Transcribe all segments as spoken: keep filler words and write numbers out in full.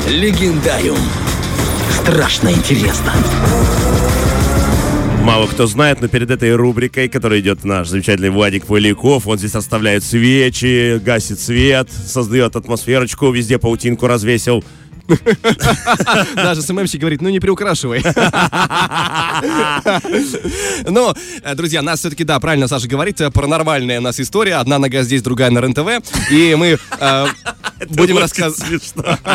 Легендариум. Страшно интересно. Мало кто знает, но перед этой рубрикой, которая идет наш замечательный Владик Поляков, он здесь оставляет свечи, гасит свет, создает атмосферочку, везде паутинку развесил. Даже СММщик говорит, ну не приукрашивай. Но, друзья, нас все-таки, да, правильно Саша говорит, паранормальная у нас история. Одна нога здесь, другая на РЕН-ТВ. И мы э, будем рассказывать...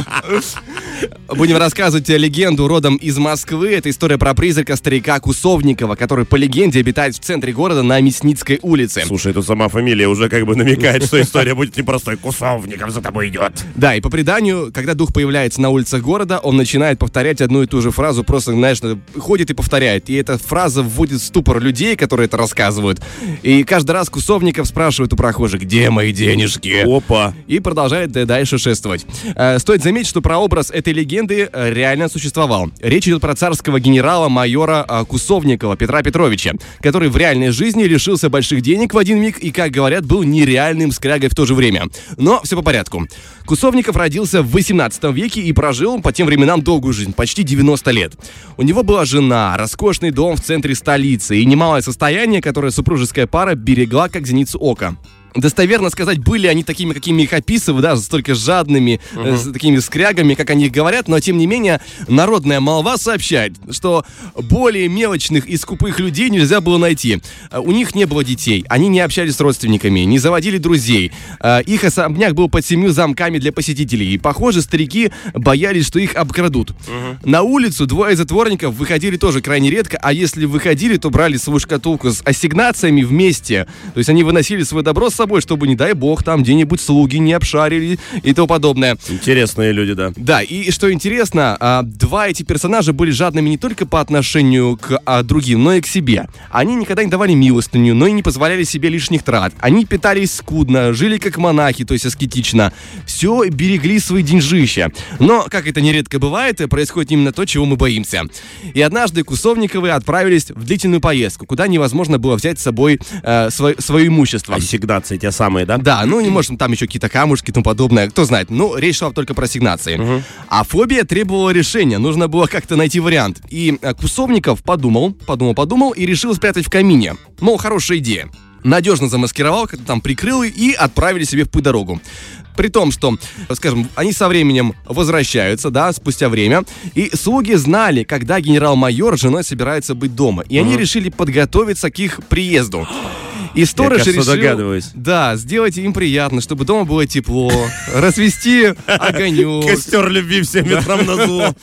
Будем рассказывать легенду родом из Москвы. Это история про призрака старика Кусовникова, который, по легенде, обитает в центре города на Мясницкой улице. Слушай, тут сама фамилия уже как бы намекает, что история будет непростой. Кусовников за тобой идет. Да, и по преданию, когда дух появляется на улицах города, он начинает повторять одну и ту же фразу, просто, знаешь, ходит и повторяет. И эта фраза вводит в ступор людей, которые это рассказывают. И каждый раз Кусовников спрашивает у прохожих, где мои денежки? Опа. И продолжает дальше шествовать. Стоит заметить, что прообраз этой легенды реально существовал. Речь идет про царского генерала-майора Кусовникова Петра Петровича, который в реальной жизни лишился больших денег в один миг и, как говорят, был нереальным скрягой в то же время. Но все по порядку. Кусовников родился в восемнадцатом веке и прожил по тем временам долгую жизнь, почти девяносто лет. У него была жена, роскошный дом в центре столицы и немалое состояние, которое супружеская пара берегла как зеницу ока. Достоверно сказать, были они такими, какими их описывают, да, столько жадными, uh-huh. э, с такими скрягами, как они их говорят, но, тем не менее, народная молва сообщает, что более мелочных и скупых людей нельзя было найти. У них не было детей, они не общались с родственниками, не заводили друзей. Их особняк был под семью замками для посетителей, и, похоже, старики боялись, что их обкрадут. Uh-huh. На улицу двое затворников выходили тоже крайне редко, а если выходили, то брали свою шкатулку с ассигнациями вместе, то есть они выносили свое добро с собой, чтобы, не дай бог, там где-нибудь слуги не обшарили и тому подобное. Интересные люди, да. Да, и что интересно, два эти персонажа были жадными не только по отношению к другим, но и к себе. Они никогда не давали милостыню, но и не позволяли себе лишних трат. Они питались скудно, жили как монахи, то есть аскетично. Все берегли свои деньжища. Но, как это нередко бывает, происходит именно то, чего мы боимся. И однажды Кусовниковы отправились в длительную поездку, куда невозможно было взять с собой э, свое, свое имущество. Ассигнации те самые, да? Да, ну не может там еще какие-то камушки и тому подобное, кто знает. Ну, речь шла только про ассигнации. Угу. А фобия требовала решения, нужно было как-то найти вариант. И Кусовников подумал, подумал, подумал и решил спрятать в камине. Мол, хорошая идея. Надежно замаскировал, как-то там прикрыл и отправили себе в путь-дорогу. При том, что, скажем, они со временем возвращаются, да, спустя время, и слуги знали, когда генерал-майор с женой собирается быть дома, и они uh-huh. решили подготовиться к их приезду. И сторож решил, догадываюсь. Да, сделать им приятно, чтобы дома было тепло, развести огонек. Костер любви всем ветрам назло.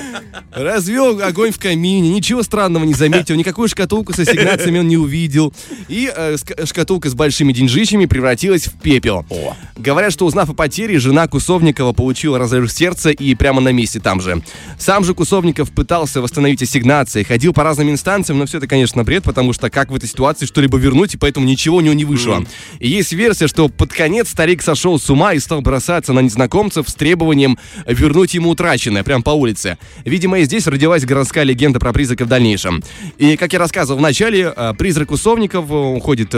Развел огонь в камине, ничего странного не заметил, никакую шкатулку с ассигнациями он не увидел. И э, шкатулка с большими деньжищами превратилась в пепел. О. Говорят, что, узнав о потере, жена Кусовникова получила разрыв сердца и прямо на месте там же. Сам же Кусовников пытался восстановить ассигнации, ходил по разным инстанциям, но все это, конечно, бред, потому что как в этой ситуации что-либо вернуть, и поэтому ничего у него не вышло. Mm. И есть версия, что под конец старик сошел с ума и стал бросаться на незнакомцев с требованием вернуть ему утраченное, прямо по улице. Видимо, и здесь родилась городская легенда про призрака в дальнейшем. И, как я рассказывал в начале, призрак Кусовников ходит...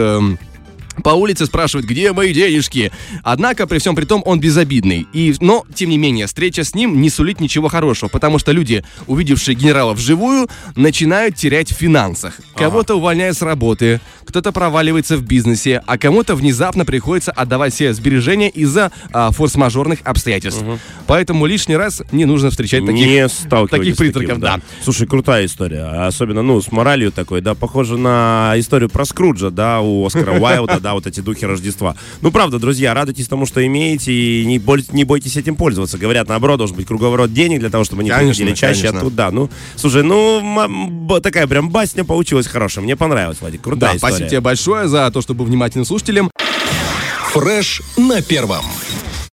по улице спрашивает, где мои денежки. Однако, при всем при том, он безобидный. И, но, тем не менее, встреча с ним не сулит ничего хорошего, потому что люди, увидевшие генерала вживую, начинают терять в финансах. Ага. Кого-то увольняют с работы, кто-то проваливается в бизнесе, а кому-то внезапно приходится отдавать все сбережения из-за а, форс-мажорных обстоятельств. Угу. Поэтому лишний раз не нужно встречать таких, не таких призраков. Да. Да. Слушай, крутая история. Особенно, ну, с моралью такой, да, похоже на историю про Скруджа, да, у Оскара Уайлда, да, вот эти духи Рождества. Ну, правда, друзья, радуйтесь тому, что имеете, и не, боль, не бойтесь этим пользоваться. Говорят, наоборот, должен быть круговорот денег для того, чтобы они приходили чаще конечно. Оттуда. Ну, слушай, ну, м- такая прям басня получилась хорошая. Мне понравилось, Владик, крутая да, история. Спасибо тебе большое за то, что был внимательным слушателем. Фреш на первом.